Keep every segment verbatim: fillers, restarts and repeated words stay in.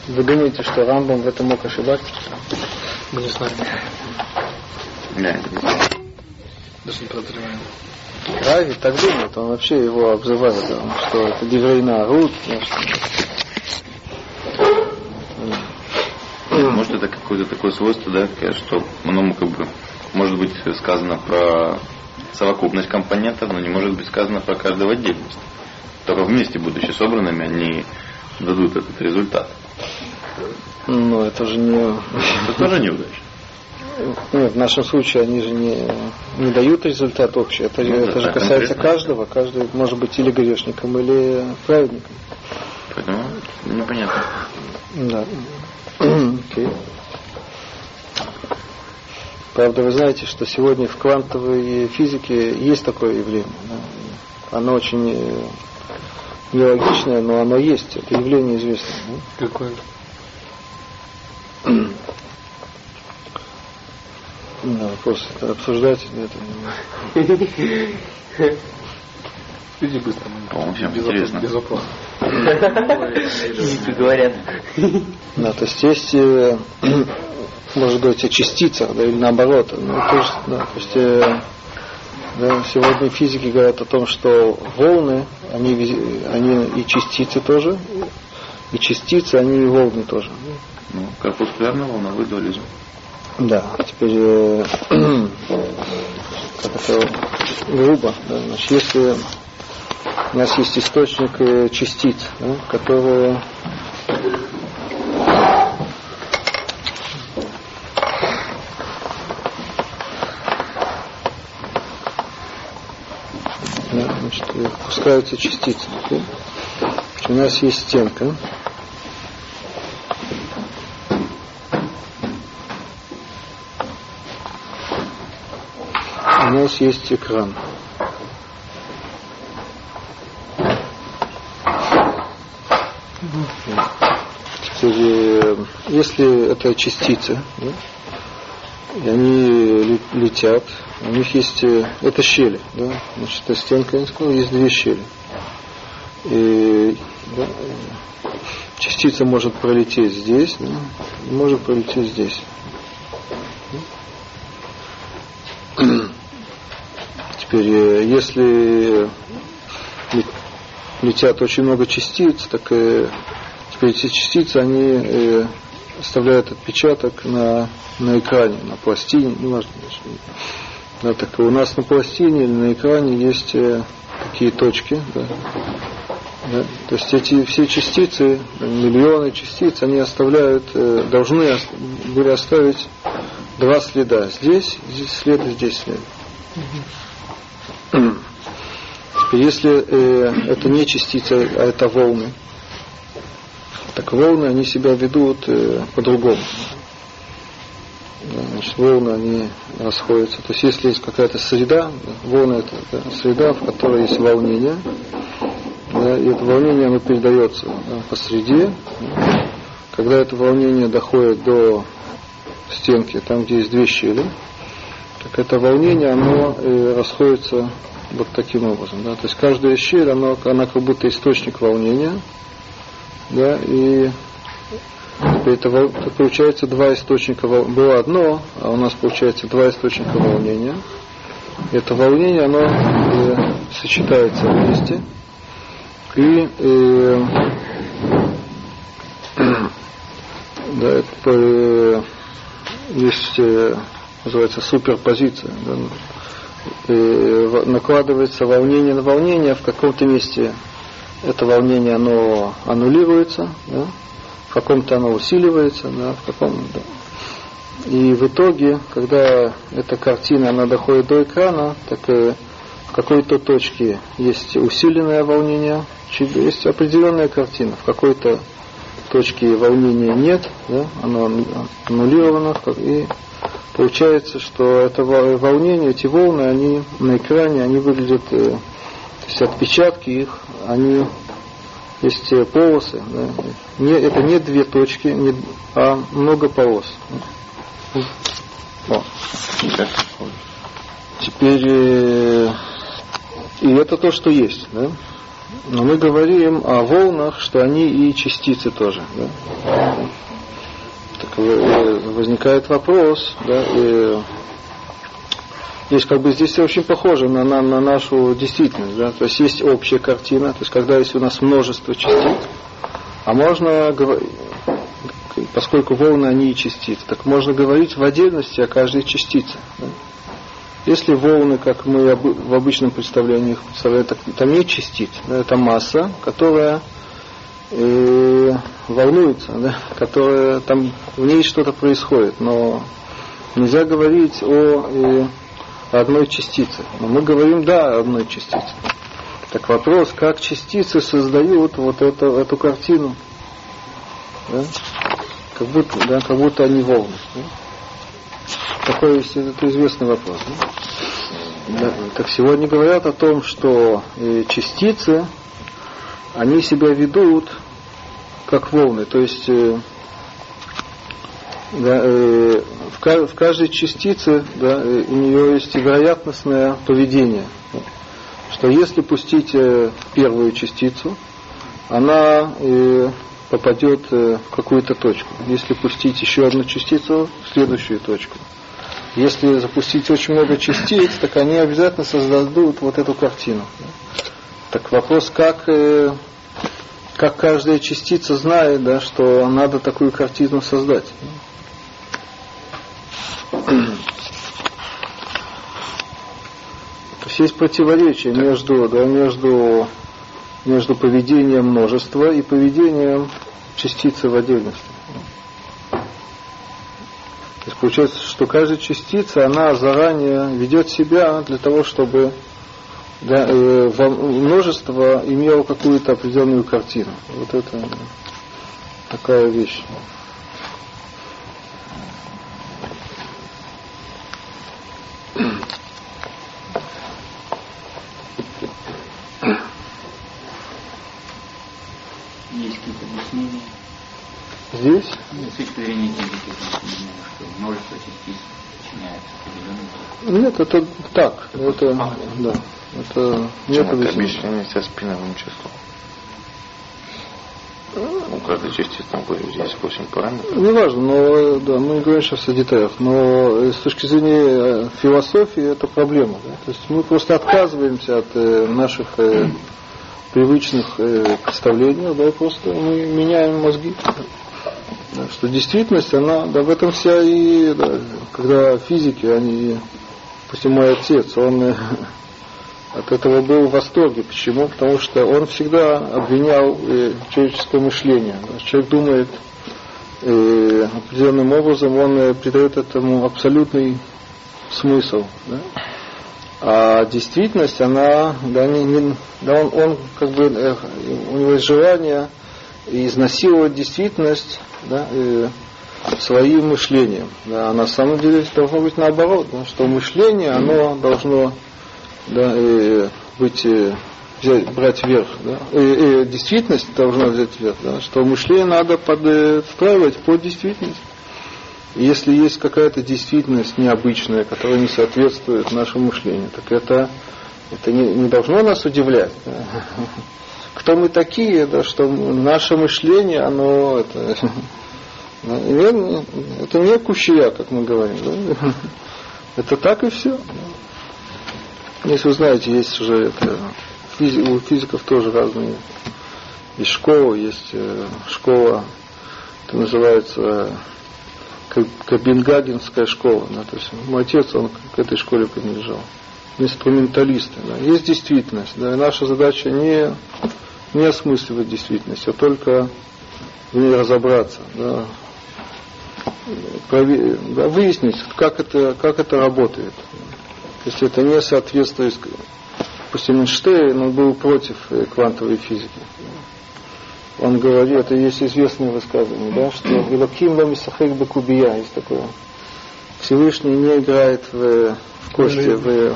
Вы думаете, что Рамбам в этом мог ошибаться? Мы не знаем. Нет. Даже не подозреваем. Рави так думает, он вообще его обзывает, что это Деврейна Рут. Может, это какое-то такое свойство, да, что ну, как бы, может быть сказано про совокупность компонентов, но не может быть сказано про каждого отдельности. Только вместе, будучи собранными, они дадут этот результат. Ну, это же не... Это тоже неудачно. Нет, в нашем случае они же не, не дают результат общий. Это, ну, это да, же касается конкретно каждого. Каждый может быть или грешником, или праведником. Поэтому непонятно. Да. Okay. Правда, вы знаете, что сегодня в квантовой физике есть такое явление. Да? Оно очень нелогичное, но оно есть. Это явление известное. Да? Какое? Да, вопрос, это обсуждать это. Люди быстро. По-моему, всем интересно. Без вопросов. Физики говорят. Да, то есть есть, может быть, о частицах, да, или наоборот. Ну, то есть, да, то есть да, сегодня физики говорят о том, что волны, они, они и частицы тоже, и частицы, они и волны тоже. Ну, корпускулярная волновой дуализм. Да, теперь э, как это грубо, да, значит, если у нас есть источник э, частиц, да, которые да, значит, впускаются частицы, да, у нас есть стенка. У нас есть экран. Теперь, если это частицы, да, и они летят, у них есть, это щели, да, значит, эта стенка, я сказал, есть две щели. И, да, частица может пролететь здесь, да, и может пролететь здесь. Теперь, если летят очень много частиц, так теперь эти частицы, они оставляют отпечаток на, на экране, на пластине, не важно. Да, так у нас на пластине или на экране есть такие точки. Да, да, то есть эти все частицы, миллионы частиц, они оставляют, должны были оставить два следа. Здесь, здесь след, и здесь след. Теперь, если э, это не частицы, а это волны, так волны, они себя ведут э, по-другому. Да, значит, волны, они расходятся. То есть, если есть какая-то среда, волны это, это среда, в которой есть волнение, да, и это волнение, оно передается да, по среде. Когда это волнение доходит до стенки, там, где есть две щели, так это волнение, оно э, расходится вот таким образом. Да? То есть каждая щель, она, она как будто источник волнения. Да? И это, это получается два источника. Было одно, а у нас получается два источника волнения. И это волнение, оно э, сочетается вместе. И э, да, это, э, есть... Э, называется суперпозиция. Да? И накладывается волнение на волнение, в каком-то месте это волнение оно аннулируется, да? В каком-то оно усиливается, да? В каком, да? И в итоге, когда эта картина она доходит до экрана, так и в какой-то точке есть усиленное волнение, есть определенная картина, в какой-то точке волнения нет, да? Оно аннулировано, и получается, что это волнение, эти волны, они на экране, они выглядят, то есть отпечатки их, они есть полосы, да? Не, это не две точки, не, а много полос. О. Теперь, и это то, что есть, да? Но мы говорим о волнах, что они и частицы тоже. Да? Так возникает вопрос, да, и здесь как бы здесь очень похоже на, на, на нашу действительность. Да? То есть есть общая картина, то есть когда есть у нас множество частиц, а можно говорить, поскольку волны они и частицы, так можно говорить в отдельности о каждой частице. Да? Если волны, как мы в обычном представлении их представляем, так, там нет частиц, да, это масса, которая э, волнуется, да, которая там в ней что-то происходит, но нельзя говорить о э, одной частице. Но мы говорим, да, о одной частице. Так вопрос, как частицы создают вот эту, эту картину, да? Как будто, да, как будто они волны. Да? Такой это известный вопрос. Да? Да. Так сегодня говорят о том, что э, частицы, они себя ведут как волны. То есть э, да, э, в, в каждой частице, да, э, у нее есть вероятностное поведение. Что если пустить э, первую частицу, она э, попадет э, в какую-то точку. Если пустить еще одну частицу, в следующую точку. Если запустить очень много частиц, так они обязательно создадут вот эту картину. Так вопрос, как, э, как каждая частица знает, да, что надо такую картину создать. То есть есть противоречие между, да, между, между поведением множества и поведением частицы в отдельности. То есть получается, что каждая частица, она заранее ведет себя для того, чтобы, да, э, множество имело какую-то определенную картину. Вот это такая вещь. Есть какие-то объяснения? Здесь? С точки зрения физики, что множество частиц подчиняется определенному. Нет, это так. Это, да, это нет объяснения. Объяснение со спиновым числом. У каждой частицы там здесь восемь параметров. Не важно, но да, мы говорим сейчас о деталях. Но с точки зрения философии это проблема. Да? То есть мы просто отказываемся от э, наших э, привычных э, представлений, да, и просто мы меняем мозги. Да, что действительность, она, да, в этом вся и, да, когда физики, они, допустим, мой отец, он э, от этого был в восторге. Почему? Потому что он всегда обвинял э, человеческое мышление. Да. Человек думает э, определенным образом, он э, придает этому абсолютный смысл. Да. А действительность, она, да, не, не, да, он, он как бы, э, у него есть желание изнасиловать действительность, да, э, своим мышлением. Да, а на самом деле должно быть наоборот, да, что мышление, оно должно, да, э, быть, э, взять, брать верх. Да, э, э, действительность должна взять верх, да, что мышление надо подстраивать под действительность. И если есть какая-то действительность необычная, которая не соответствует нашему мышлению, так это, это не, не должно нас удивлять. Да. Кто мы такие, да, что наше мышление, оно это, не, это не кущия, как мы говорим. Да? Это так и все. Если вы знаете, есть уже это, физи, у физиков тоже разные. Есть школа, есть школа, это называется Копенгагенская школа. Да? То есть мой отец, он к этой школе принадлежал. Инструменталисты. Да? Есть действительность. Да? И наша задача не не осмысливать действительность, а только в ней разобраться, да, провер... да, выяснить, как это, как это работает. Если это не соответствует, допустим, Эйнштейн, он был против квантовой физики. Он говорит, это есть известное высказывание, да, что Элоким ла мишахек бекубия, есть такое. Всевышний не играет в, в кости, в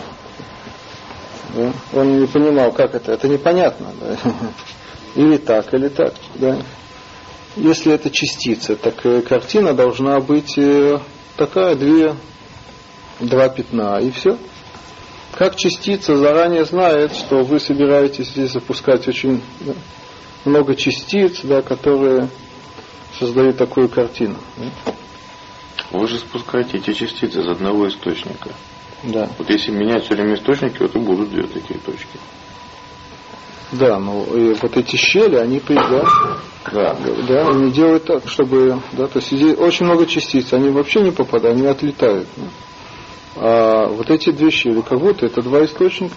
Да? Он не понимал, как это. Это непонятно. Да? Или так, или так. Да? Если это частица, так картина должна быть такая, две, два пятна, и все. как частица заранее знает, что вы собираетесь здесь запускать очень да, много частиц, да, которые создают такую картину. Да? Вы же спускаете эти частицы из одного источника. Да. Вот если менять все время источники, вот и будут две такие точки. Да, но и вот эти щели, они да, Да. да, они делают так, чтобы, да, то есть здесь очень много частиц, они вообще не попадают, они отлетают. Да. А вот эти две щели, как будто это два источника.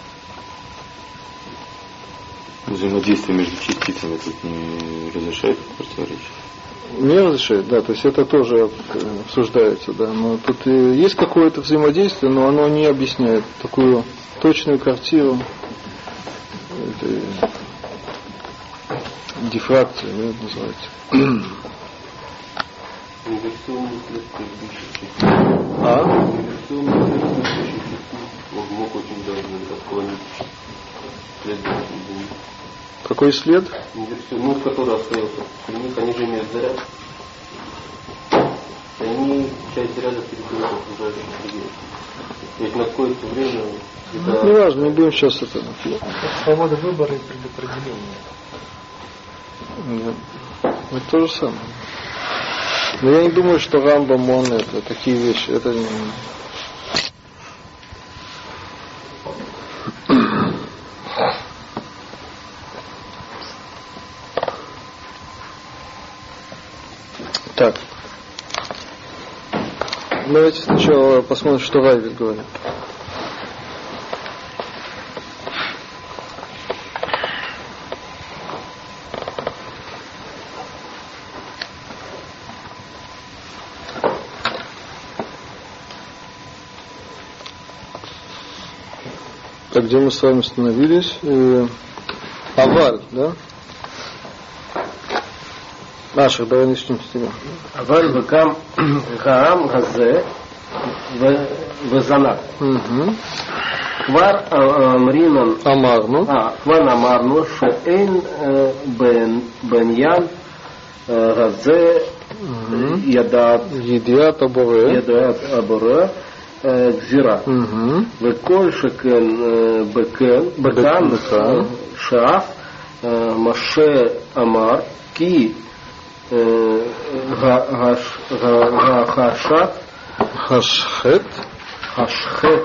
Да. Взаимодействие между частицами тут не разрешает противоречие? Не разрешает, да, то есть это тоже обсуждается, да, но тут есть какое-то взаимодействие, но оно не объясняет такую точную картину. Это дифракция, да, это называется. А? Какой след? Ну, который остается. У них они же имеют заряд. И они часть заряда передают окружающим людей. Ведь на какое-то время... Ну, не важно, не будем сейчас это. Свобода выбора и предопределения. Да. Это то же самое. Но я не думаю, что Рамбам, он это, такие вещи. Это не... Так. Давайте сначала посмотрим, что Райвид говорит. Так, где мы с вами остановились? Э, Аваль, да? Наших, давай начнем с тебя. אבל וקם העם הזה וזנה. כבר אמרינן, אמרנו. כבר אמרנו שאין בעניין הזה ידעת ידיעת הבורא. ידיעת הבורא גזירה. וכל שכן בכאן שאף משה אמר כי השחת השחט השחט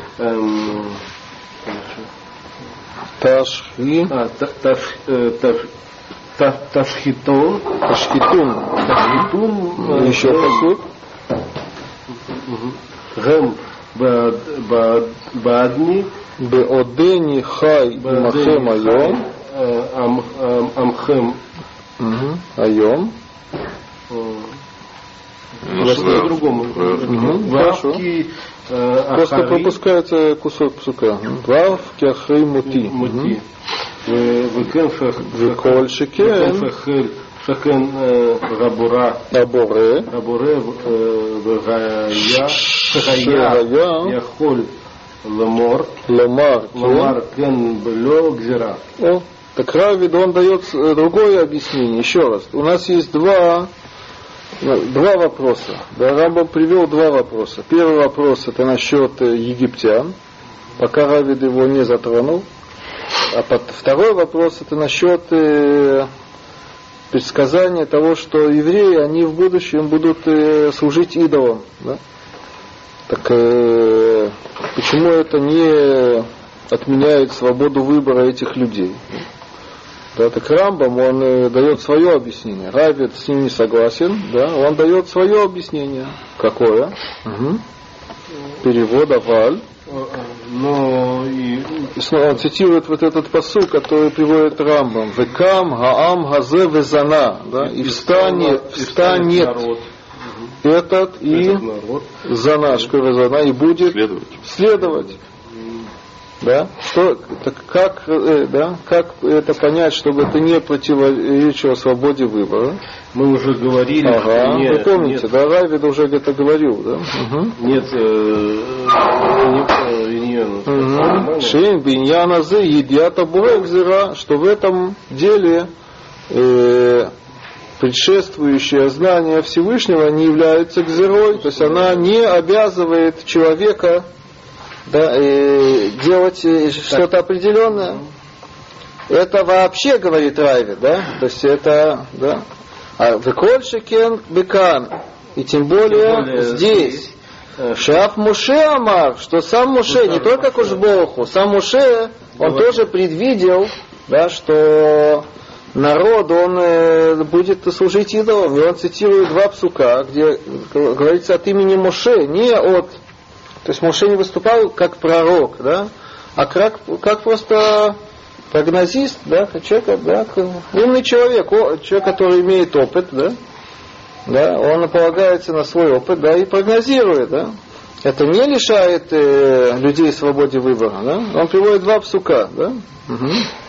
תשחי תשחיתון תשחיתון תשחיתון еще посуд הם בעדני בעודני חי עמכם היום עמכם היום по-другому. Хорошо. Просто пропускается кусок псука. Вав кяхрей мути. Виколь шекен. шекен рабура. Аборе. Рабуре вегая. Шегая. Яхоль ламор. Ламар. Ламар кен блё гзира. О. Так Равид, он дает другое объяснение. Еще раз. У нас есть два, два вопроса. Да, Рамбам привел два вопроса. Первый вопрос это насчет египтян, пока Равид его не затронул. А под, второй вопрос это насчет э, предсказания того, что евреи, они в будущем будут э, служить идолам. Да? Так э, почему это не отменяет свободу выбора этих людей? Да, так Рамбам, он э, дает свое объяснение. Равид с ним не согласен, да, он дает свое объяснение. Какое? Угу. Перевод Аваль. Но и... Снова он цитирует вот этот пасук, который приводит Рамбам. Векам гаам газе везана. Да, и встанет, встанет этот и зана, шкура зана, и будет следовать. следовать. Да? Что, так как, э, да? Как это понять, чтобы это не противоречило свободе выбора? Мы уже говорили. Ага, нет, вы помните, нет, да, Равид уже где-то говорил, да? Угу. Нет, Шейн биньяна зе едиата бурэкзира, что в этом деле э, предшествующее знание Всевышнего не является гзирой, то есть она не обязывает человека да, и делать что-то определенное. Это вообще, говорит Райве, да, то есть это, да, а векольшикен бекан, и тем более, тем более здесь, Шаф Муше Амар, что сам Муше, не только Кушбороху, сам Муше, он тоже предвидел, да, что народ, он э, будет служить идолам. И он цитирует два псука, где говорится от имени Моше, не от... То есть Моше не выступал как пророк, да, а как, как просто прогнозист, да, человек, да, умный человек, человек, который имеет опыт, да, да, он полагается на свой опыт, да, и прогнозирует, да. Это не лишает э, людей свободы выбора, да. Он приводит два псука, да. Угу.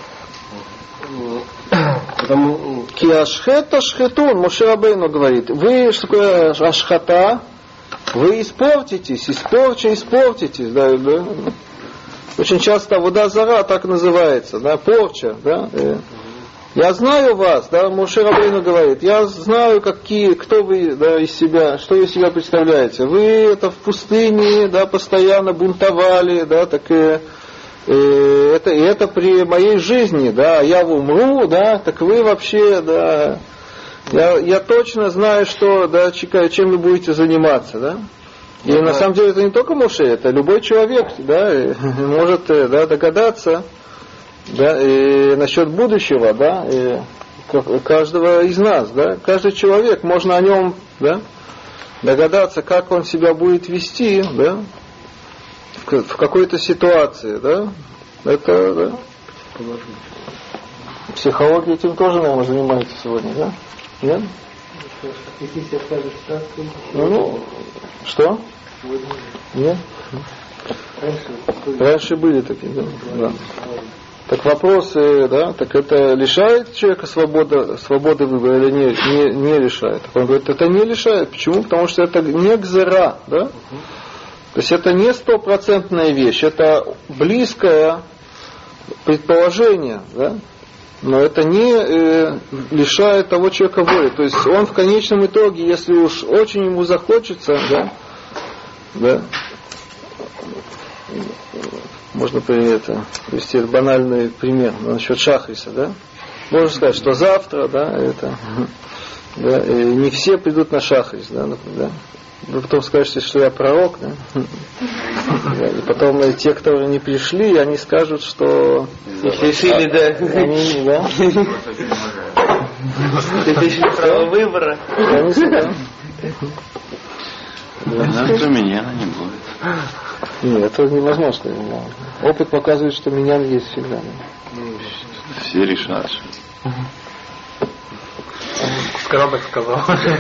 Потому ки ашхета шхетун, Моше Рабейну говорит, вы, что такое ашхата, вы испортитесь, испорча, испортитесь, да, да. Очень часто вода зара так называется, да, порча, да. Я знаю вас, да, Моше Рабейну говорит, я знаю, какие, кто вы, да, из себя, что вы из себя представляете. Вы это в пустыне, да, постоянно бунтовали, да, так и И это, и это при моей жизни, да, я умру, да, так вы вообще, да, я, я точно знаю, что, да, чем вы будете заниматься, да. И да, на самом деле это не только Моше, это любой человек, да, может, да, догадаться, да, и насчет будущего, да, и каждого из нас, да, каждый человек, можно о нем, да, догадаться, как он себя будет вести, да, в какой-то ситуации, да, это, да, психология этим тоже, наверное, занимается сегодня, да? Нет? Если скажешь так, ну, ну, что? Нет? Раньше, Раньше были такие, да? Да. Так вопросы, да, так это лишает человека свободы, свободы выбора или не, не, не лишает? Он говорит, это не лишает. Почему? Потому что это не гзера, да? То есть это не стопроцентная вещь, это близкое предположение, да? Но это не э, лишает того человека воли. То есть он в конечном итоге, если уж очень ему захочется, да, да, можно это, привести банальный пример насчет шахриса, да? Можно сказать, что завтра, да, это, да, не все придут на шахрис, да, да. Вы потом скажете, что я пророк, да? И потом те, кто не пришли, они скажут, что решили, да. Они, да? Это еще право выбора. Завтра меня не будет. Нет, это невозможно. Опыт показывает, что меня есть всегда. Все решат. Скоробок сказал.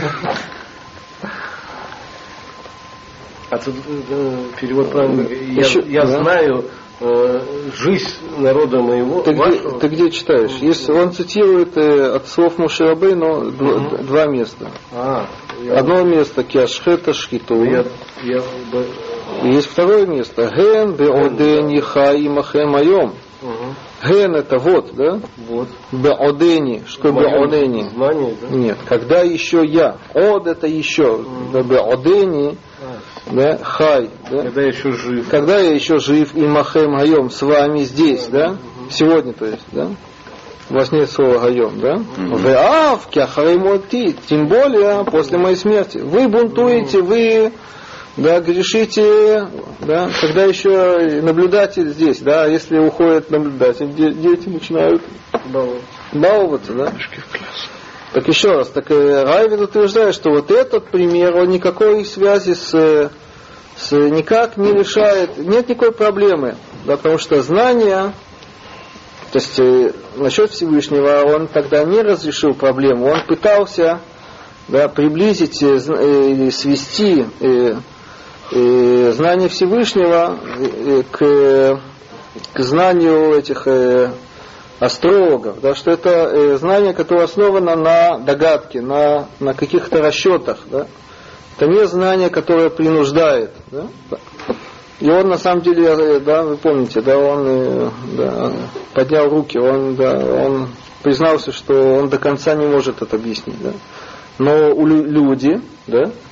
А тут э, перевод правильный. Я, Еще, я да? знаю э, жизнь народа моего. Ты где, ты где читаешь? Если он цитирует э, от слов Моше Рабейну два, угу. два места. А, я... Одно место киашхета шхиту. Я, я... Есть второе место. Ген беодени хаимахем айом. Ген это вот, да? Вот. Беодени. Что беодени? Знание, да? Нет. Когда еще я. Од это еще. Да, беодени. Да, хай, да? Когда я еще жив. Когда я еще жив, и махем гайом с вами здесь, да? Угу. Сегодня, то есть, да? У вас нет слова гайом, да? Веав кяхаримоти, тем более после моей смерти. Вы бунтуете, вы, да, грешите, да? Когда еще наблюдатель здесь, да? Если уходит наблюдатель, дети начинают баловаться, да? Так еще раз, так Райвид утверждает, что вот этот пример, он никакой связи с, с никак не решает, нет никакой проблемы, да, потому что знание, то есть э, насчет Всевышнего, он тогда не разрешил проблему, он пытался, да, приблизить э, э, свести э, э, знание Всевышнего э, к, к знанию этих э, астрологов, да, что это э, знание, которое основано на догадке, на, на каких-то расчетах, да. Это не знание, которое принуждает, да. И он на самом деле, да, вы помните, да, он э, да, поднял руки, он, да, он признался, что он до конца не может это объяснить, да. Но у люди, да,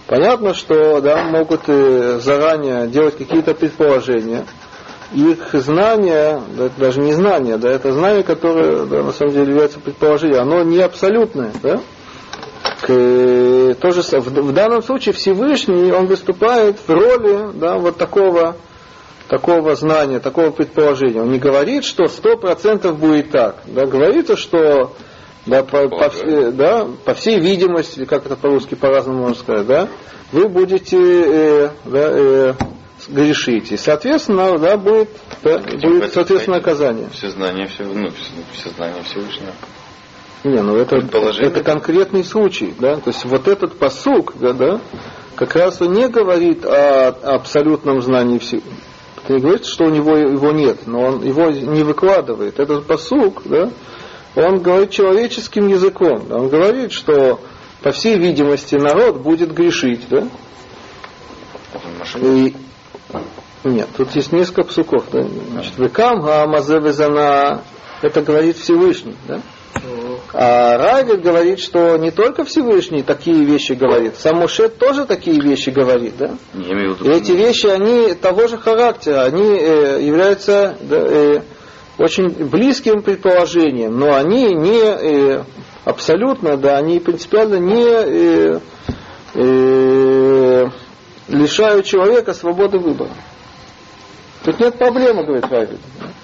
Понятно, что да, могут э, заранее делать какие-то предположения. Их знание, да, это даже не знание, да, это знание, которое да, на самом деле является предположением, оно не абсолютное. Да? К, тоже, в, в данном случае Всевышний, он выступает в роли да, вот такого, такого знания, такого предположения. Он не говорит, что сто процентов будет так. Да? Говорится, что да, по, по, да, по всей видимости, как это по-русски по-разному можно сказать, да, вы будете э, да, э, грешить. И, соответственно, да, будет, да, будет соответственно, наказание. Все знания, все, ну, все знания Всевышнего. Не, ну это, это конкретный случай, да, то есть вот этот пасук, да, да, как раз он не говорит о, о абсолютном знании Всевышнего. Не говорит, что у него его нет, но он его не выкладывает. Этот пасук, да, он говорит человеческим языком. Да, он говорит, что по всей видимости народ будет грешить, да. И, нет, тут есть несколько псуков. Да? Значит, векам гаамазе везана, это говорит Всевышний, да. А Равид говорит, что не только Всевышний такие вещи говорит, сам Моше тоже такие вещи говорит, да? И эти вещи, они того же характера, они э, являются да, э, очень близким предположением, но они не э, абсолютно, да, они принципиально не э, э, лишают человека свободы выбора. Тут нет проблемы, говорит Равид.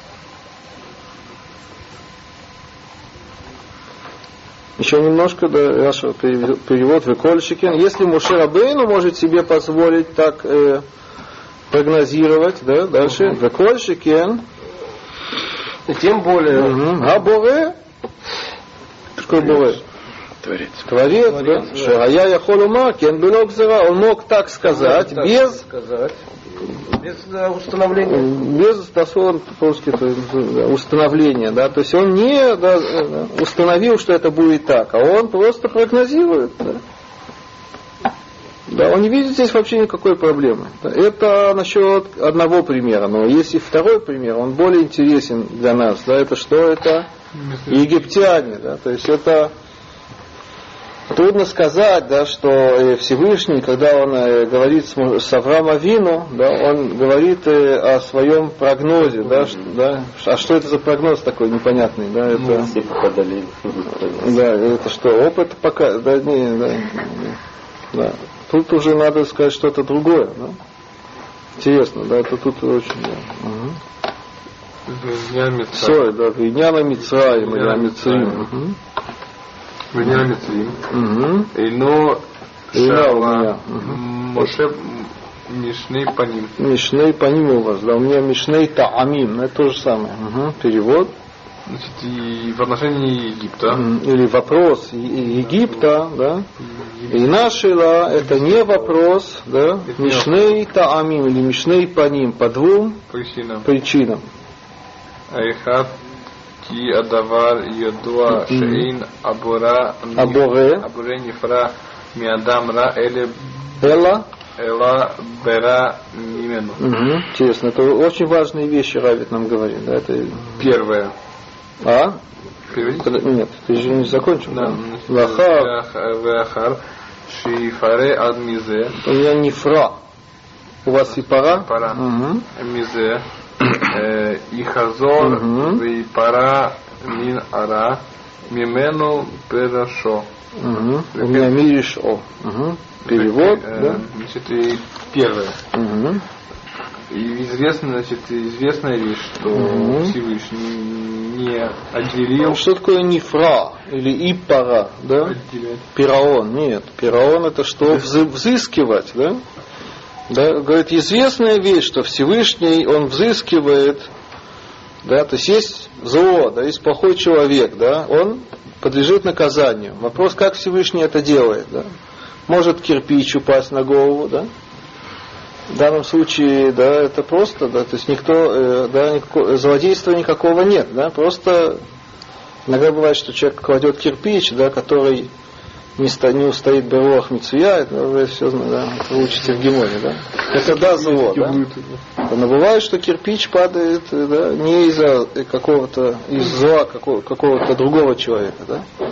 Еще немножко, да, Раша перевод векольщикен. Если Моше Рабейну может себе позволить так э, прогнозировать, да, дальше, векольщикен. И тем более. Угу. А Боре? Что Боре? Творец. Творец, Творец да. Шарая Яхолума, кен белок зера. Он мог так сказать, мог без... Так сказать. Без да, установления. Без дословно по-русски да, установления, да. То есть он не да, установил, что это будет так, а он просто прогнозирует. Да, да он не видит здесь вообще никакой проблемы. Да. Это насчет одного примера, но есть и второй пример, он более интересен для нас. Да, это что? Это египтяне. Да, то есть это трудно сказать, да, что Всевышний, когда он говорит с Авраамом Авину, да, он говорит о своем прогнозе, да, что, да, а что это за прогноз такой непонятный, да, это, все попадали. Да, это что, опыт пока, да, не, да, да, тут уже надо сказать что-то другое, да, интересно, да, это тут очень, да, угу. Сой, да, Виньяна Мицраим, Виньяна Мицраим, угу. Виньяна Мицраим. Угу. Ино Шава Моше Мишней Паним. Мишней Паним у вас, да, у меня Мишней Таамим, но это то же самое. Угу. Перевод. Значит, и в отношении Египта. Или вопрос Египта, да. И нашила, это не вопрос, да. Мишней Таамим или Мишней Паним по двум причинам. причинам. Айхат ки адавар йодуа шеин абура Абуре абуре нифра миадам ра эле Эла эла бера мимену. Угу. Интересно, это очень важные вещи Равид нам говорит, да, это первое. А? Переводите? Нет, ты же не закончил. Да. Лахар. Вахар шифаре ад мизе. У меня не фра. У вас и пара? Пара. Угу. Мизе. И хазор и пара мин ара мимену перашо. У меня мириш о. Перевод. Значит, и первое. Угу. И известно, значит, известная вещь, что угу. Всевышний не отделил. Что такое нифра или ипара, да? Отделять. Пираон. Нет, пираон это что? Взы- взыскивать, да? Да, говорит, известная вещь, что Всевышний, он взыскивает, да, то есть есть зло, да, есть плохой человек, да, он подлежит наказанию. Вопрос, как Всевышний это делает, да? Может кирпич упасть на голову, да? В данном случае, да, это просто, да, то есть никто, э, да, никакого, злодейства никакого нет, да, просто иногда бывает, что человек кладет кирпич, да, который не, сто, не устоит берлох мицуя, это вы все да, это вы учите в Геморе, да. Это да, зло, да. Но бывает, что кирпич падает, да, не из-за какого-то, из зла какого, какого-то другого человека, да.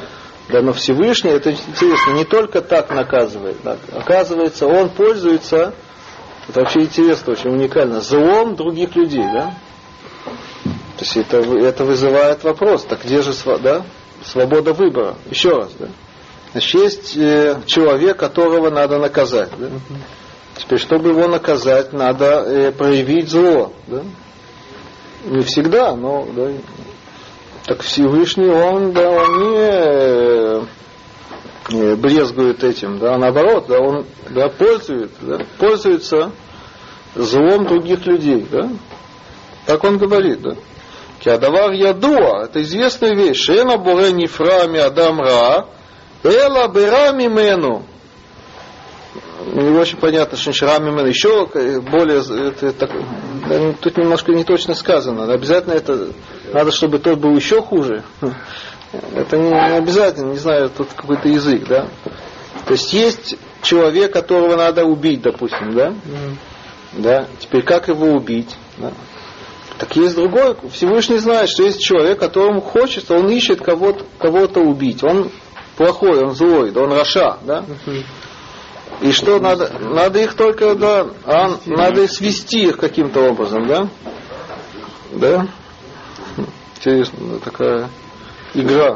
Да, но Всевышний, это интересно, не только так наказывает. Да. Оказывается, он пользуется, это вообще интересно, очень уникально, злом других людей. Да? То есть это, это вызывает вопрос, так где же да, свобода выбора? Еще раз. Да? Значит, есть э, человек, которого надо наказать. Да? Теперь, чтобы его наказать, надо э, проявить зло. Да? Не всегда, но да, так Всевышний, он, да, он не, не брезгует этим, да, наоборот, да, он да, пользует, да, пользуется злом других людей, да. Так он говорит, да. Киадавар ядуа, это известная вещь. Шена боре нифрами адам ра, эла бера мимену. Не очень понятно, что ра мимену. Еще более, это, так, тут немножко не точно сказано. Обязательно это, надо, чтобы тот был еще хуже. Это не, не обязательно, не знаю, тут какой-то язык, да. То есть есть человек, которого надо убить, допустим, да. Да. Теперь как его убить? Да? Так есть другой, Всевышний знает, что есть человек, которому хочется, он ищет кого-то, кого-то убить. Он плохой, он злой, да, он раша, да? И что надо? Надо их только, да, а, надо свести их каким-то образом, да? Да? Интересно, такая игра.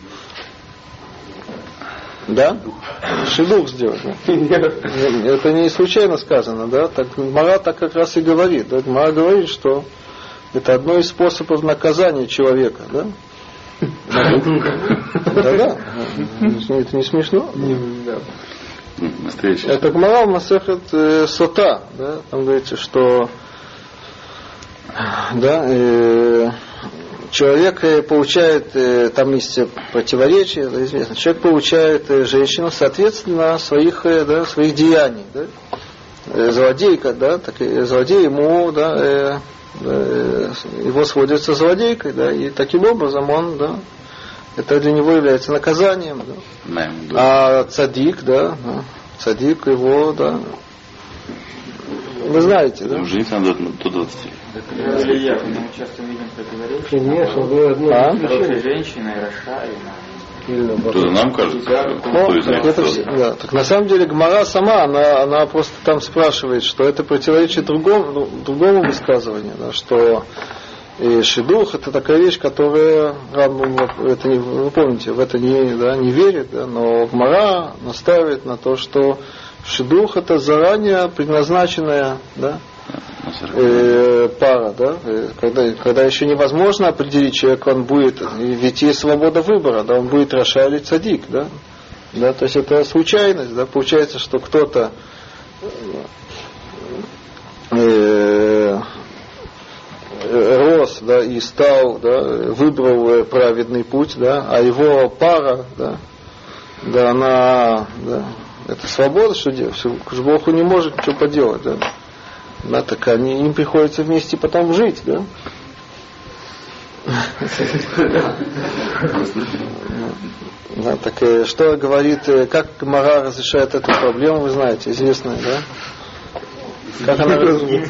Да? Шидух сделать. Да? Это не случайно сказано, да? Так Мара так как раз и говорит. Да? Мара говорит, что это одно из способов наказания человека, да? Да-да. Это не смешно? Это Гмара в Масехет Сота, да? Там говорится, что да, э, человек получает, э, там есть противоречие, это известно, человек получает э, женщину, соответственно, своих, э, да, своих деяний, да? Э, злодейка, да, так и злодей ему, да, э, э, его сводят со злодейкой, да, и таким образом он, да, это для него является наказанием, да. А цадик, да, да, цадик его, да, вы знаете, да? Жениться надо до двадцати. Илья, мы часто видим противоречия. Конечно, вы одно а? Хорошая женщина и Раша, Что нам кажется, что ну, кто из так, них это, кто? да, так на самом деле Гмара сама, она, она просто там спрашивает, что это противоречит другому, другому высказыванию, да, что и шидух это такая вещь, которая, это не, вы помните, в это не, да, не верит, да, но Гмара настаивает на то, что шидух это заранее предназначенная, да, э, пара, да, когда, когда еще невозможно определить человека, он будет, ведь есть свобода выбора, да, он будет раша или цадик, да, да, то есть это случайность, да, получается, что кто-то э, рос, да, и стал, да, выбрал праведный путь, да, а его пара, да, да, она, да, это свобода, что делать? Богу не может ничего поделать, да. Да, так они, им приходится вместе потом жить, да. Да, так что говорит, как Гмара разрешает эту проблему, вы знаете, известная, да? Как она разрешает?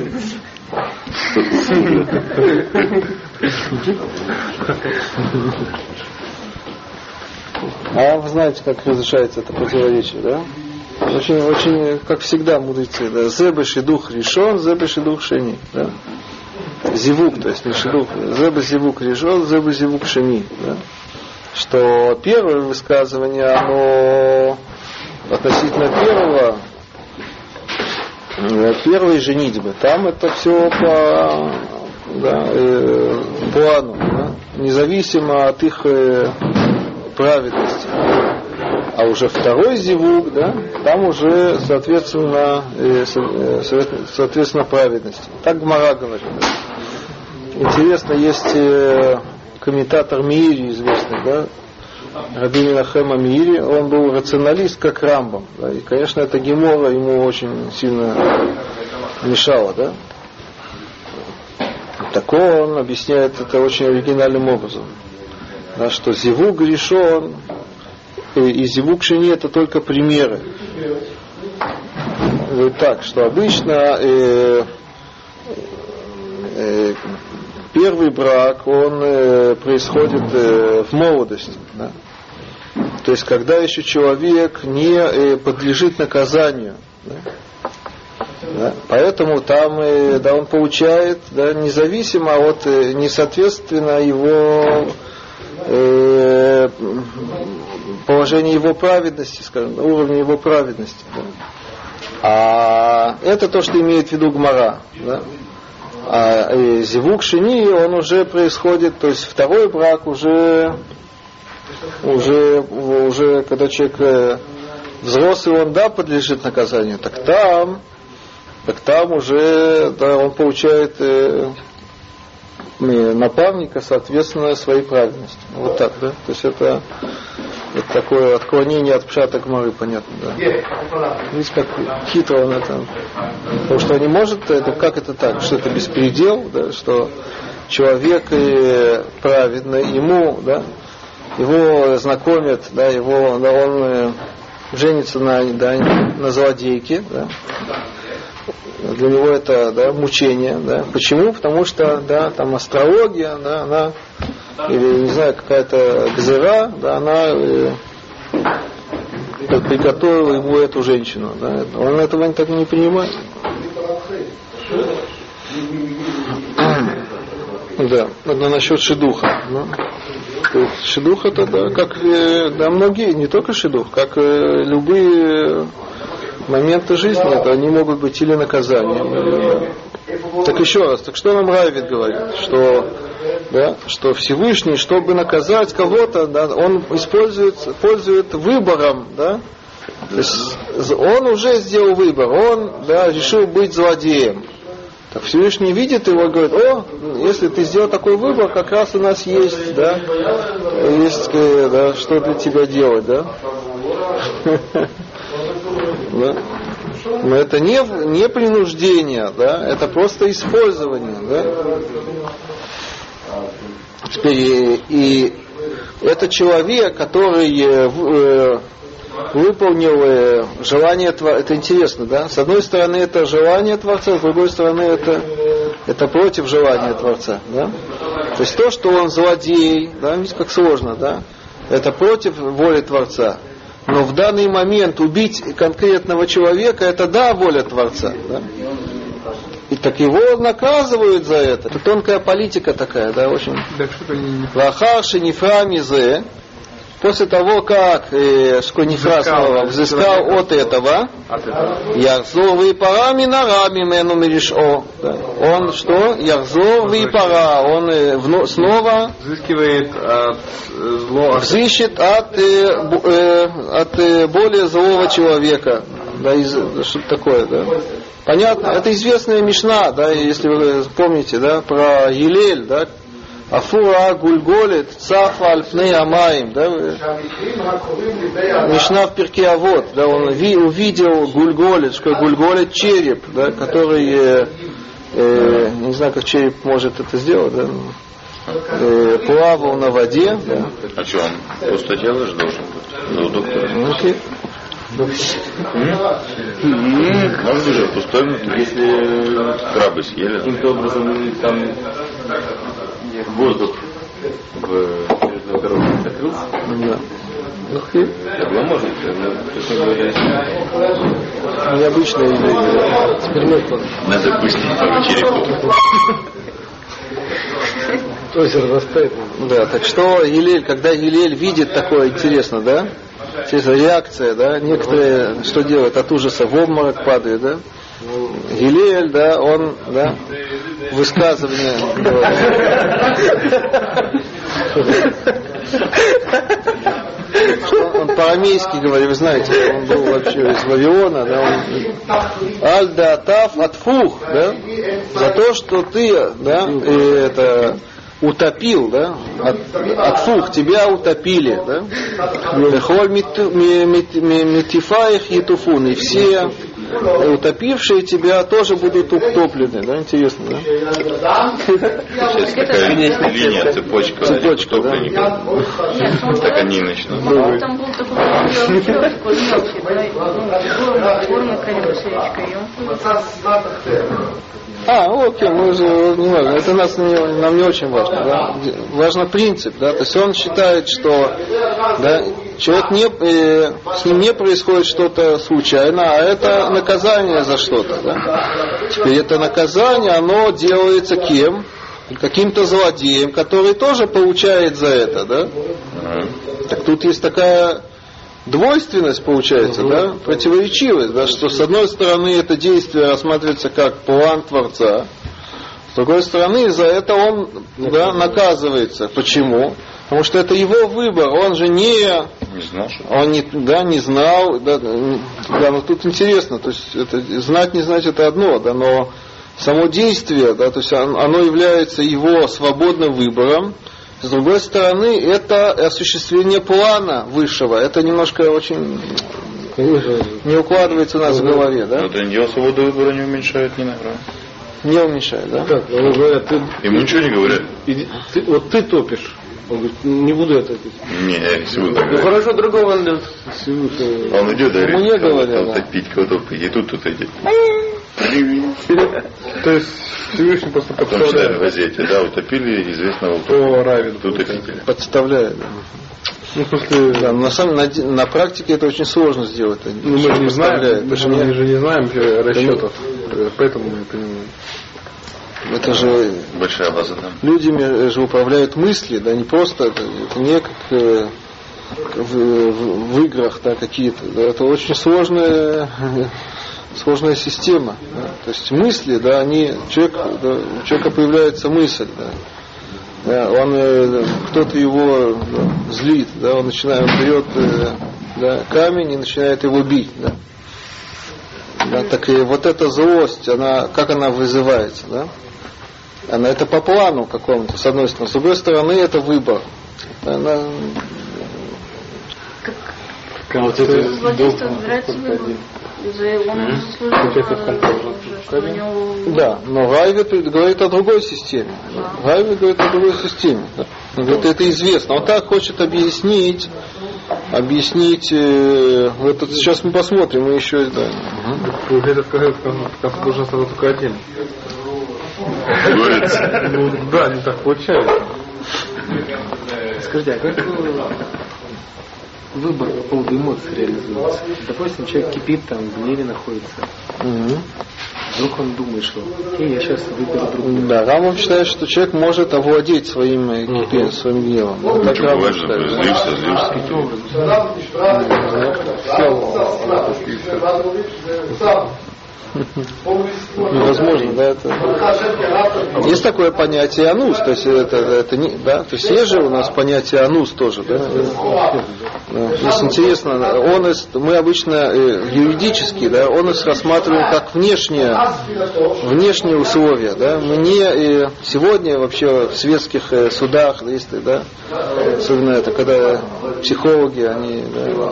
А вы знаете, как разрешается это противоречие, да? Очень, очень, как всегда, мудрецы, да? Зебе шидух решен, зебе шидух шени, да? Зивук, то есть не шидух, зебе зивук решен, зебе зивук шени, да? Что первое высказывание, оно относительно первого, первой женитьбы, там это все по, да, э, плану, да? Независимо от их э, праведности. А уже второй зивук, да, там уже, соответственно, э, соответственно, праведность. Так Гмара говорит. Да. Интересно, есть э, комментатор Миири известный, да, Раби Менахем Миири, он был рационалист, как Рамбам. Да, и, конечно, эта гемора ему очень сильно мешала, да. Такого он объясняет это очень оригинальным образом. Да, что зивук решен, и зивук шени это только примеры. Вот так, что обычно э, э, первый брак, он э, происходит э, в молодости. Да? то есть когда еще человек не подлежит наказанию. Да? Да? Поэтому там да, он получает да, независимо от несоответственно его э, положения его праведности, скажем, уровня его праведности. Да? А это то, что имеет в виду Гмара. Да? А э, зивук шини, он уже происходит, то есть второй брак уже, уже, уже когда человек э, взрослый, он да, подлежит наказанию, так там, так там уже да, он получает э, напарника, соответственно, своей праведности. Вот так, да? То есть это, это такое отклонение от пшата Гмары, понятно, да. Видите, как хитро он это. Потому что не может, это, как это так, что это беспредел, да, что человек праведный, ему, да, его знакомят, да, его, да, он женится на, да, на злодейке, да. Для него это да, мучение. Да. Почему? Потому что да, там астрология, да, она, или не знаю, какая-то гзера, да, она э, приготовила ему эту женщину. Да. Он этого так не понимает. Да, это насчет шидуха. Да. Шидух это да, как да, многие, не только шидух, как э, любые моменты жизни, это они могут быть или наказанием. Или... Так еще раз, так что нам Райвид говорит? Что, да, что Всевышний, чтобы наказать кого-то, да, он использует, пользует выбором, да? То есть он уже сделал выбор, он да, решил быть злодеем. Так Всевышний видит его и говорит: о, если ты сделал такой выбор, как раз у нас есть, да, есть да, что для тебя делать, да? Да? Но это не, не принуждение, да? Это просто использование. Да? Теперь и, и это человек, который э, выполнил э, желание Творца. Это интересно, да? С одной стороны это желание Творца, с другой стороны это, это против желания Творца. Да? То есть то, что он злодей, да? Видите, как сложно, да? Это против воли Творца. Но в данный момент убить конкретного человека, это да, воля Творца. Да? И так его наказывают за это. Это тонкая политика такая, да, очень. Лахарши нефрамизе. После того, как э, Шконифра снова взыскал от этого, Ярзор випара минарами мену миришо. Он что? Ярзор випара. Он э, вно, снова взыскивает от злого. Взыщет от, э, э, от э, более злого человека. Да, из, что-то такое, да. Понятно? Это известная мишна, да, если вы помните, да, про Елель, да. Афура гульголит цафа альфней амаим, да, мишна в Перке Авот, да, он ви, увидел гульголит, что гульголит череп, да, который, э, э, не знаю, как череп может это сделать, да, э, плавал на воде, да. А что, он пустотелый же должен быть? Ну, доктор. Okay. Может быть, пустой внутри. Если крабы съели. Каким-то образом там воздух в железной коробке закрылся. Да. Okay. Тогда может. Необычная идея. Теперь можно. Надо пустить пару черепов. То есть растает. Да, так что Елель, когда Елель видит такое, интересно, да? Реакция, да? Некоторые что делают? От ужаса в обморок падают, да? Елель, да, он, да, высказывание что он по-арамейски говорит, вы знаете, он был вообще из Вавилона, да, он Альда Таф Атфух, да, за то, что ты, да, и это утопил, да, от, отфух, тебя утопили, да, Холь митифаих етуфун, и все утопившие тебя тоже будут утоплены, да, интересно, да? Сейчас такая линия, цепочка, цепочка, да. Так они и начнут. Там был такой такой мелкий, да, формы, конечно, и он А, окей, мы же не важно. Это нас не, нам не очень важно. Да? Важно принцип, да. То есть он считает, что да, человек не, э, с ним не происходит что-то случайно, а это наказание за что-то. Да? Теперь это наказание, оно делается кем? Каким-то злодеем, который тоже получает за это, да? Так тут есть такая двойственность, получается, да, противоречивость, да, что с одной стороны это действие рассматривается как план Творца, с другой стороны за это он, да, наказывается. Почему? Потому что это его выбор, он же не, не знал, он не, да, не знал, да, да, но тут интересно, то есть это, знать не знать это одно, да, но само действие, да, то есть оно является его свободным выбором. С другой стороны, это осуществление плана высшего. Это немножко очень не укладывается у нас в голове, да? Но для него свободу выбора не уменьшает ни на грамм. Не уменьшает, да? Как? Ну, говорят, ты, Ему ничего не говорят. Иди, ты, вот ты топишь. Он говорит, не буду это пить. Не, я не буду. Ну хорошо, другого он идет. Он идет, да, Ему не говорят, да. Топить кого-то, и тут тут идет. То есть Всевышний просто Потом читали в газете, да, утопили известного О, Равин. тут утопили. Подставляет, да. Ну, в смысле, Да, на, самом, на, на практике это очень сложно сделать. ну, мы же не знаем, мы же не, не, не знаем расчетов, поэтому мы не понимаем. это же Большая база там. людьми же управляют мысли, да, не просто, это, это не как э, в, в, в играх, да, какие-то. Да, это очень сложная, сложная система. Да. То есть мысли, да, они, человек, да, у человека появляется мысль, да. Да, он, э, кто-то его, да, злит, да, он начинает, он берет э, да, камень и начинает его бить, да. Да, так и вот эта злость, она, как она вызывается, да? Она это по плану какому-то, с одной стороны. С другой стороны, это выбор. Она... Злодейство нравится выбор. Он заслужил, что у него... Да, но Райвит говорит о другой системе. Райвит говорит о другой системе. Да? Он говорит, это известно. Он так хочет объяснить, объяснить, э, это, сейчас мы посмотрим, мы еще, да. Получается, сказать, как должен оставаться только один. Ну, да, не так получается. Скажите, а как выбор по поводу эмоций реализуется? Допустим, человек кипит, там, в гневе находится. Угу. Вдруг он думает, что окей, я сейчас выберу другую. Да, Рамбам считает, что человек может овладеть своим, uh-huh. своим гневом. Ну, так Рамбам считает. Злился, злился. Каким образом? Невозможно, да, это... Есть такое понятие анус, то есть это, это не, да, то есть есть же у нас понятие анус тоже, да. Да. Если интересно, онес, мы обычно юридически, да, онес рассматриваем как внешнее, внешние условия, да. Мы не сегодня вообще в светских судах, есть, да, особенно это, когда психологи, они, да,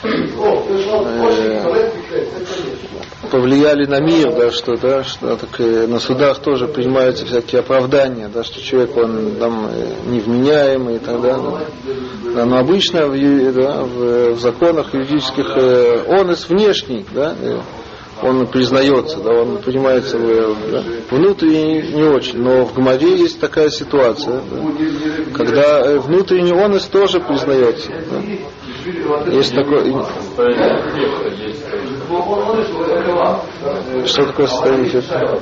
э, повлияли на мир, да, что, да, что так, э, на судах тоже принимаются всякие оправдания, да, что человек он там э, невменяемый и так далее. Да, но обычно в, да, в, в законах юридических э, он из внешний, да, э, он признается, да, он принимается в, да, внутренний не очень, но в Гмаре есть такая ситуация, да, когда э, внутренний он из тоже признается. Да. Есть такой... Что такое состояние эффекта?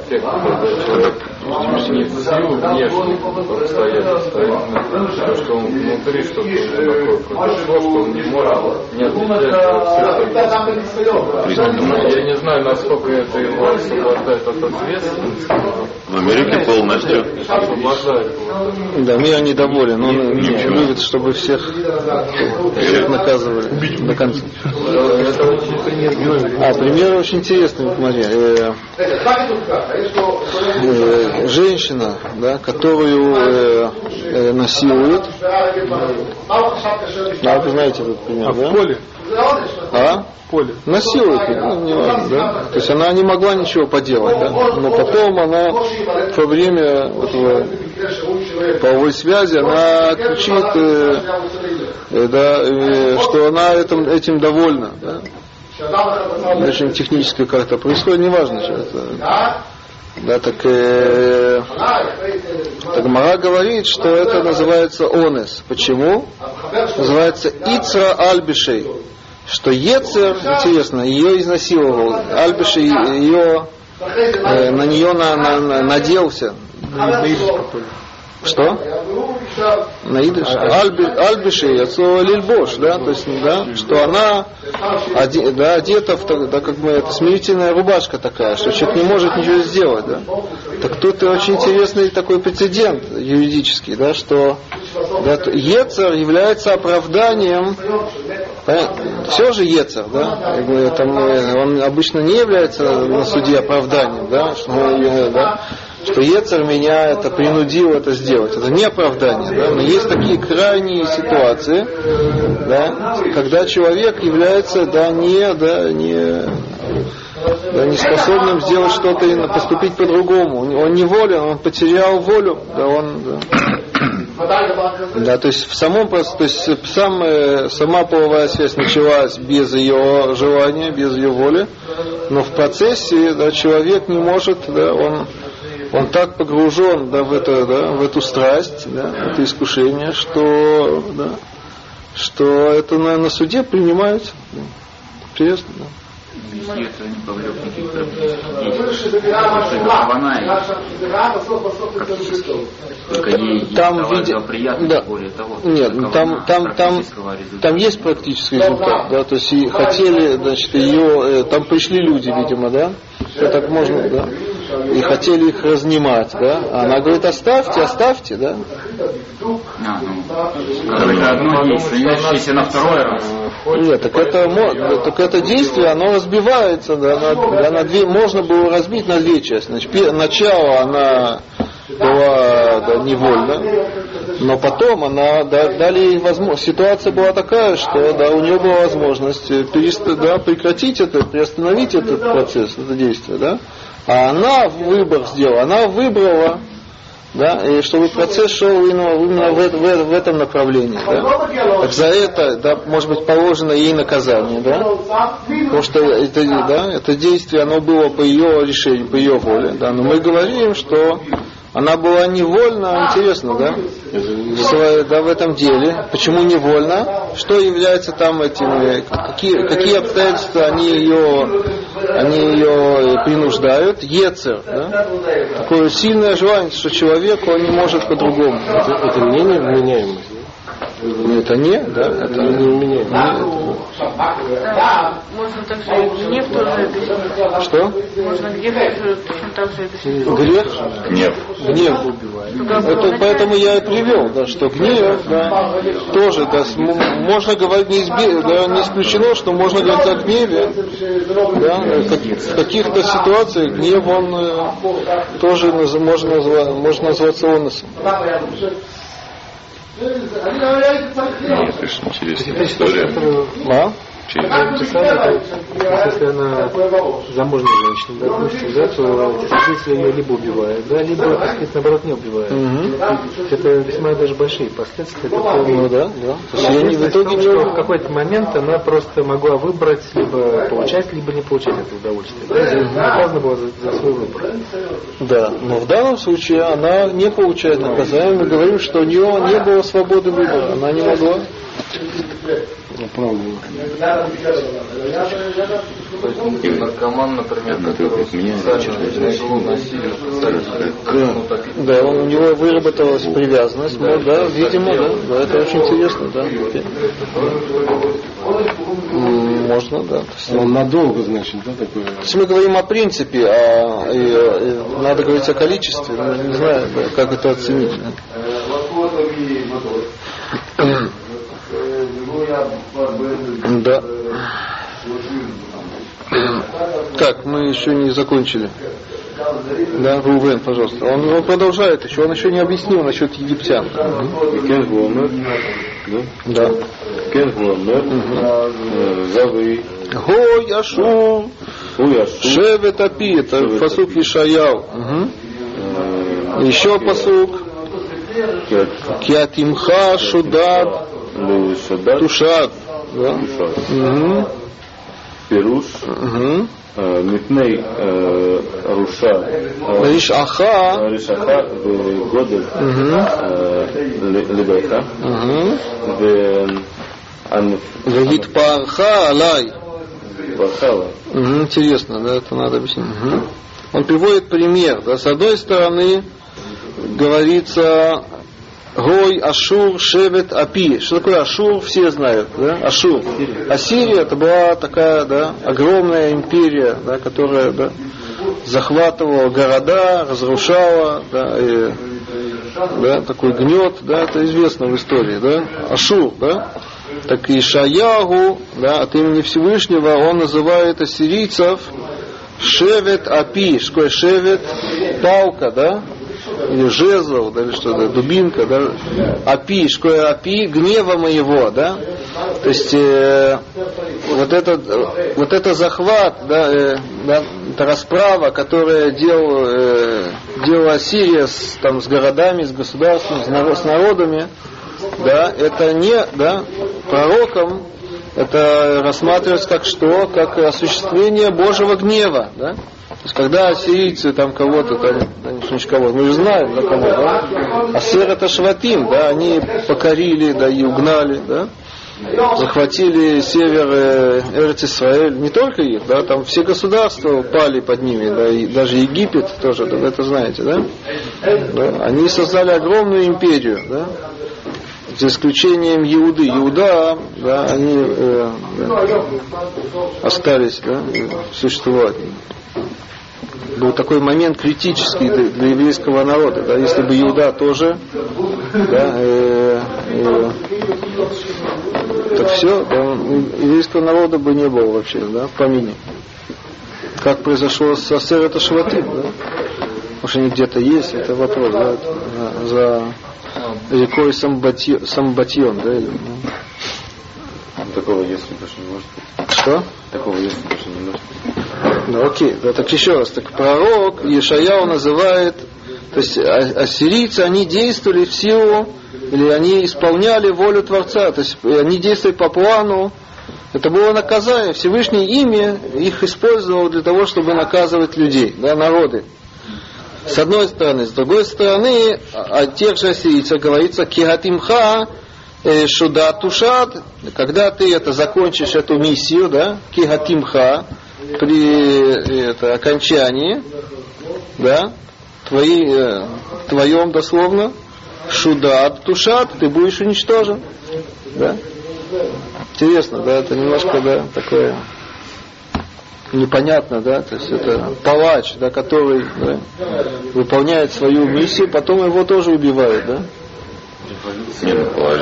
Не силу внешних обстоятельств, а что он внутри что-то такое произошло, что он не может не отвечать. Я не знаю, насколько это его освобождает от ответственности. В Америке полностью. Освобождает. Да, мир недоволен. Он любит, чтобы всех, всех наказывали до конца. А, пример очень интересный, смотри. Э, э, женщина, да, которую э, э, насилуют. А вы знаете этот пример, а да? В поле? А? В поле. Насилуют, ну, не важно, да? То есть она не могла ничего поделать, да? Но потом она во время этого половой связи она кричит, э, э, да, э, что она этим, этим довольна, да? Очень технически как-то происходит, неважно, что это. Да, так, э, так Гмара говорит, что это называется онес. Почему? Называется ицра альбишей. Что Ецер, интересно, ее изнасиловал. Альбишей ее, э, на нее на, на, на, наделся. Что? На идиш? Альби, альбиши, отцова лильбош, да, то есть, да, что она оде, да, одета в, да, как бы, это смирительная рубашка такая, что человек не может ничего сделать, да. Так тут очень интересный такой прецедент юридический, да, что да, Ецер является оправданием, все же Ецер, да, как бы, там, он обычно не является на суде оправданием, да, что, да, что Ецер меня это принудил это сделать. Это не оправдание, да? Но есть такие крайние ситуации, да, когда человек является да, не, да, не, да, не способным сделать что-то и поступить по-другому. Он неволен, он потерял волю, да, он, да. Да, то есть в самом, то есть сам, сама половая связь началась без ее желания, без ее воли, но в процессе да, человек не может, да, он Он так погружен да, в, это, да, в эту страсть, да, в это искушение, что, да, что это на, на суде принимается. Да. Интересно, да. Если это не повлек никаких действий, она практически только ей там виде... приятно, да. Более того. Нет, там, там, там, там есть практический результат, да, то есть и хотели, значит, ее, там пришли люди, видимо, да, что так можно, да, и хотели их разнимать, да, а она говорит, оставьте, оставьте, да. А, ну, это одно действие, если на второй раз. Нет, так это, так это действие, оно разбивается, да, на, да, на две, можно было разбить на две части. Значит, начало она была да, невольна, но потом она да, дали ей возможность. Ситуация была такая, что да, у нее была возможность перест, да, прекратить это, приостановить этот процесс, это действие, да. А она выбор сделала, она выбрала, да, и чтобы процесс шел именно, именно в, в, в этом направлении, да. Так за это, да, может быть, положено ей наказание, да, потому что это, да, это действие, оно было по ее решению, по ее воле, да, но мы говорим, что она была невольна, интересно, да, в, да, в этом деле. Почему невольна? Что является там этими, какие, какие обстоятельства они ее, они ее принуждают? Ецер, да? Такое сильное желание, что человек, он не может по-другому. Это, это мнение вменяемость, да? Это не, да, это не меняет. Да, можно также и гнев тоже объяснить. Что? Можно гнев тоже точно так же объяснить. Грех? Гнев. Гнев убивает. Это, поэтому я и привел, да, что гнев, да, тоже, да, можно говорить, не, изби, да, не исключено, что можно говорить о гневе, да, как, в каких-то ситуациях гнев, он э, тоже можно, назвать, можно назваться оносом. Нет, конечно, интересная история. А? Если она замужняя женщина, допустим, да, то если ее либо убивают, да, либо, так сказать, наоборот, не убивают. Угу. Это весьма даже большие последствия. Это, ну, да, да. То есть, я не в итоге, что в какой-то момент она просто могла выбрать, либо получать, либо не получать это удовольствие. Да, наказана была за, за свой выбор. Да, но в данном случае она не получает наказание. Мы говорим, что у нее не было свободы выбора. Она не могла. И наркоман, например, который тяжело насилие, да, он, у него выработалась привязанность, ну, да, видимо, да, да, это очень интересно, да. Можно, да. Он надолго, значит, да, такое. То есть мы говорим о принципе, а и, и надо говорить о количестве, но не знаю, как это оценить. Да. Так, мы еще не закончили. Да, Рувен, пожалуйста. Он, он продолжает еще, он еще не объяснил насчет египтян. Да. Го Яшу Шевет Апи, это пасук Ишаяу. Еще пасук Киатимха Шудад Тушат. Пируш Мипней Руша Ришаха Ришаха Годель Либеха Вегит Парха Алай. Бахала. Интересно, да, это надо объяснить. Угу. Он приводит пример. Да, с одной стороны говорится Гой, Ашур, Шевет, Апи. Что такое Ашур, все знают, да? Ашур. Ассирия это была такая, да, огромная империя, да, которая, да, захватывала города, разрушала, да, и, да, такой гнет, да, это известно в истории, да, Ашур, да. Так и Шаягу, да, от имени Всевышнего он называет ассирийцев Шевет Апи. Что такое Шевет? Палка, да? Или жезл, да, или что, да, дубинка, да? Апи, что такое Апи? Гнева моего, да? То есть э, вот этот вот это захват, да, э, да, это расправа, которая делала, э, делала Ассирия с, там, с городами, с государством, с народами. Да, это не, да, пророком, это рассматривается как что? Как осуществление Божьего гнева, да? То есть, когда ассирийцы там кого-то, там, да, кого, мы же знаем, да, кого, да? Ассир это Шватим, да, они покорили, да, и угнали, да? Захватили север Эрец-Исраэль, не только их, да, там все государства пали под ними, да, и даже Египет тоже, да, вы это знаете, да? Да? Они создали огромную империю, да? За исключением Иуды. Иуда, да, они э, да, остались, да, существовать. Был такой момент критический для, для еврейского народа. Да, если бы Иуда тоже, да, э, э, так все, да, еврейского народа бы не было вообще, да, в помине. Как произошло с Асер Шватим, да? Может, они где-то есть, это вопрос, да, это, за рекой Самбати, Самбатион, да, или, ну. Такого если больше не может быть. Что? Такого если больше не может быть. Ну окей, да, так еще раз, так пророк Ешаяу называет, то есть ассирийцы, они действовали в силу, или они исполняли волю Творца, то есть они действовали по плану, это было наказание, Всевышний ими их использовал для того, чтобы наказывать людей, да, народы. С одной стороны. С другой стороны, о тех же ассирийцах говорится кигатимха шуда тушат, когда ты это закончишь эту миссию, да, кигатимха, при это, окончании, да, твои, э, твоем дословно, шуда тушат, ты будешь уничтожен. Да? Интересно, да, это немножко, да, такое непонятно, да, то есть это палач, да, который, да, выполняет свою миссию, потом его тоже убивают, да? Нет, палач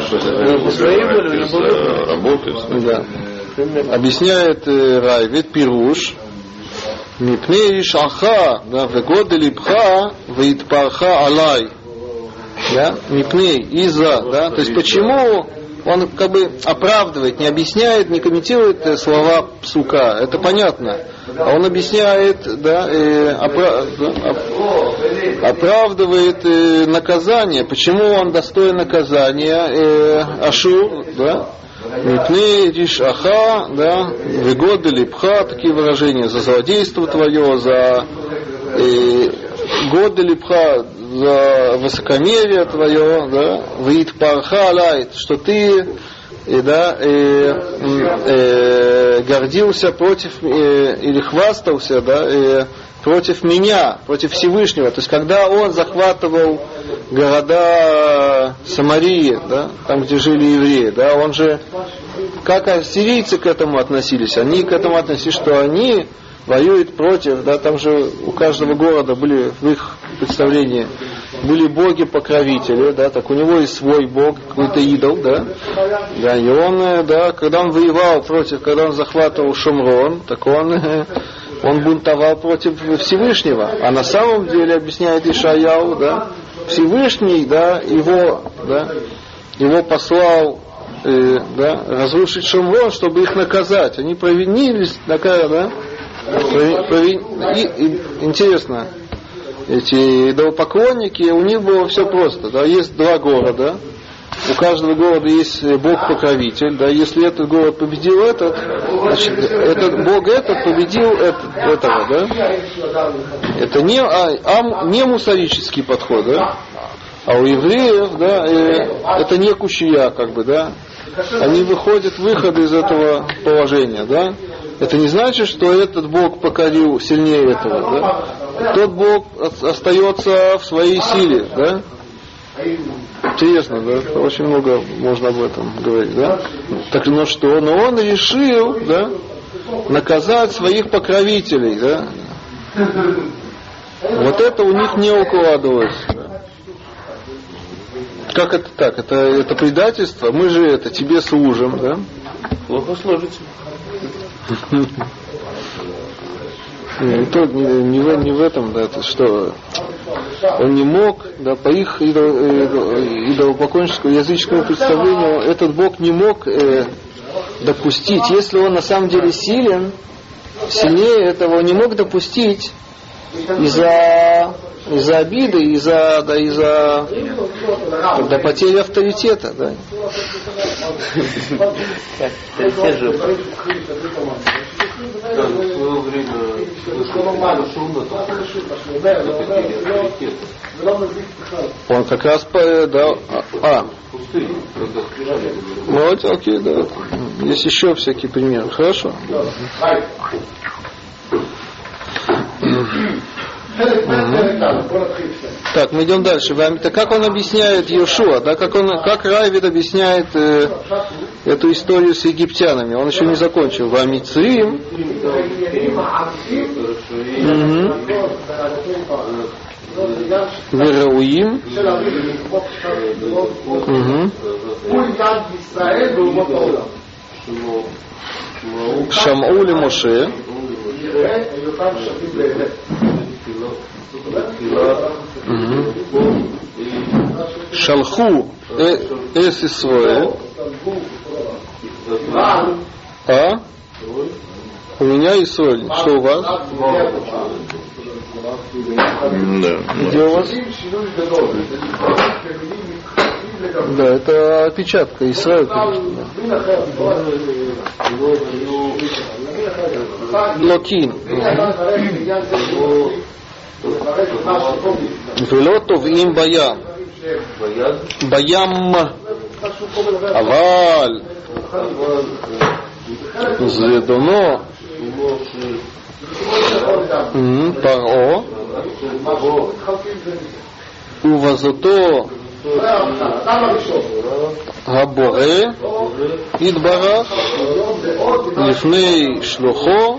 работает. Да. Объясняет э, Райвид Пируш, Мипней Шаха, да, вегоды липха, веитпарха алай. Да, Мипней, из-за, да, то есть почему он как бы оправдывает, не объясняет, не комментирует слова псука, это понятно. А он объясняет, да, э, опра- да, оправдывает э, наказание. Почему он достоин наказания? Э, Ашур, да, Митней Ришаха, да, Вегоды Липха, такие выражения, за злодейство твое, за э, годы Липха, за высокомерие твое, да, вид парха лайт, что ты, и, да, и, э, гордился против, э, или хвастался, да, э, против меня, против Всевышнего. То есть, когда он захватывал города Самарии, да, там, где жили евреи, да, он же, как ассирийцы к этому относились? Они к этому относились, что они воюют против, да, там же у каждого города были, в их представлении, были боги-покровители, да, так у него есть свой бог, какой-то идол, да, да, и он, да, когда он воевал против, когда он захватывал Шумрон, так он, он бунтовал против Всевышнего, а на самом деле, объясняет Ишаяу, да, Всевышний, да, его, да, его послал, э, да, разрушить Шумрон, чтобы их наказать, они провинились, такая, да, провин... и, и, интересно, эти идолопоклонники, у них было все просто, да, есть два города, у каждого города есть Бог-покровитель, да, если этот город победил этот, значит, этот Бог этот победил этот, этого, да. Это не, а, а, не мусорический подход, да. А у евреев, да, э, это не кушия, как бы, да. Они выходят, выход из этого положения, да. Это не значит, что этот Бог покорил сильнее этого, да. Тот Бог остается в своей силе, да. Интересно, да, очень много можно об этом говорить, да. Так, ну что, но он решил, да, наказать своих покровителей, да. Вот это у них не укладывалось. Как это так? Это, это предательство? Мы же это тебе служим, да? Плохо сложится. Не, то, не, не, в, не в этом, да, это что он не мог, да, по их идолопоклонническому языческому представлению, этот Бог не мог э, допустить, если он на самом деле силен, сильнее этого он не мог допустить из-за из-за обиды, из-за, да, из-за да, потери авторитета, да. Он как раз по, да, а, ну вот, окей, да. Есть еще всякие примеры. Хорошо. Угу. Так, мы идем дальше. Как он объясняет Йошуа, да, как, он, как Райвид объясняет э, эту историю с египтянами? Он еще не закончил. Вамицрим. Верауим. Шамули Моше. Шалху эс Исраэль. А? У меня Исраэль. Что у вас? Да. Где у вас? Да, это опечатка Исраэль. Локин. Велотов им баям. Баям. Аваль. Зедоно. Паро. Увазото. Габоре. Идбарах. Лифней шлухо.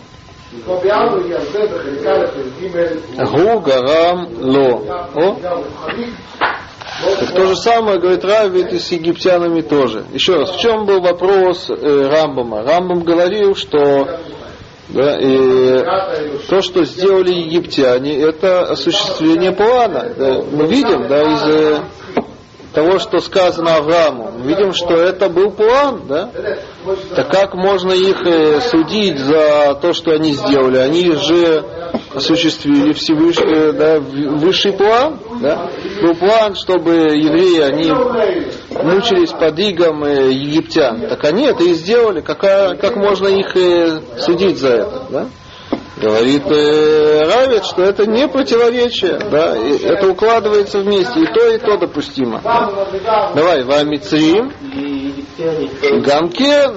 Гу гарам ло. О? Так то же самое говорит Райвид и с египтянами тоже. Еще раз, в чем был вопрос э, Рамбама? Рамбам говорил, что да, и то, что сделали египтяне, это осуществление плана. Да, мы видим, да, из э, того, что сказано Аврааму, мы видим, что это был план, да? Так как можно их э, судить за то, что они сделали? Они же осуществили Всевышний, да, высший план, да? Был план, чтобы евреи, они мучились под игом э, египтян. Так они это и сделали. Какая, как можно их э, судить за это, да? Говорит э, Равид, что это не противоречие, да, и это укладывается вместе, и то, и то допустимо. Да. Давай, Вамицрим, Гамкен,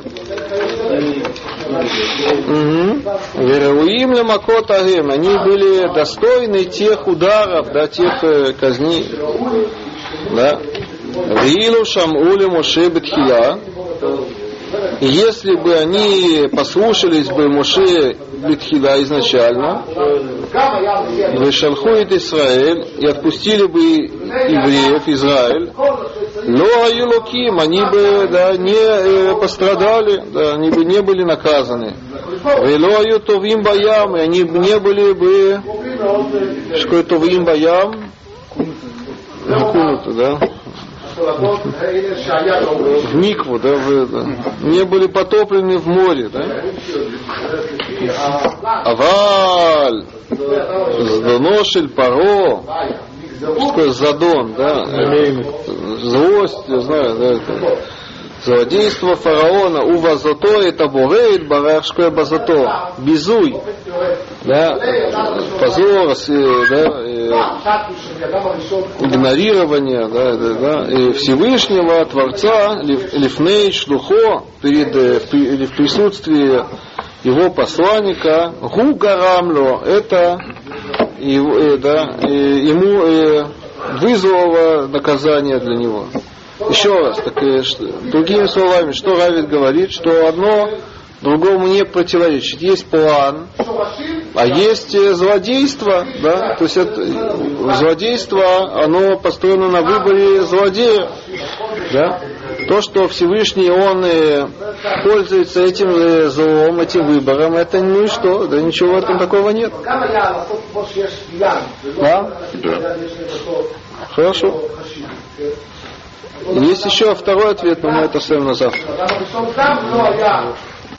Верауим Лемакот Агем, они были достойны тех ударов, да, тех э, казней, да. Вилу Шамули Моше Бетхия. И если бы они послушались бы Моше Бетхила изначально, Вешалхуит Исраэль, и отпустили бы евреев, Израиль, Ло Аюлоким, они бы, да, не э, пострадали, да, они бы не были наказаны. Вело Аютовим Баям, и они бы не были бы Шкойтовим Баям, да, в микву, да, в, да, не были потоплены в море, да. Аваль, Сдоношель Паро, что такое задон, да, злость, я знаю, да, это злодейство фараона, увазото это борейт, барашкое базото, безуй, да, позор, да, игнорирование, да, да, да, и Всевышнего, Творца, лифней, шлухо, перед, или в присутствии его посланника, гу гарамло, это его, да, ему вызвало наказание для него. Еще раз, так, другими словами, что Равид говорит, что одно другому не противоречит. Есть план, а есть злодейство, да, то есть это, злодейство, оно построено на выборе злодея, да. То, что Всевышний, он пользуется этим злом, этим выбором, это ну и что, да ничего в этом такого нет. Да? Да. Хорошо. Есть еще второй ответ, но мы это оставим на завтра.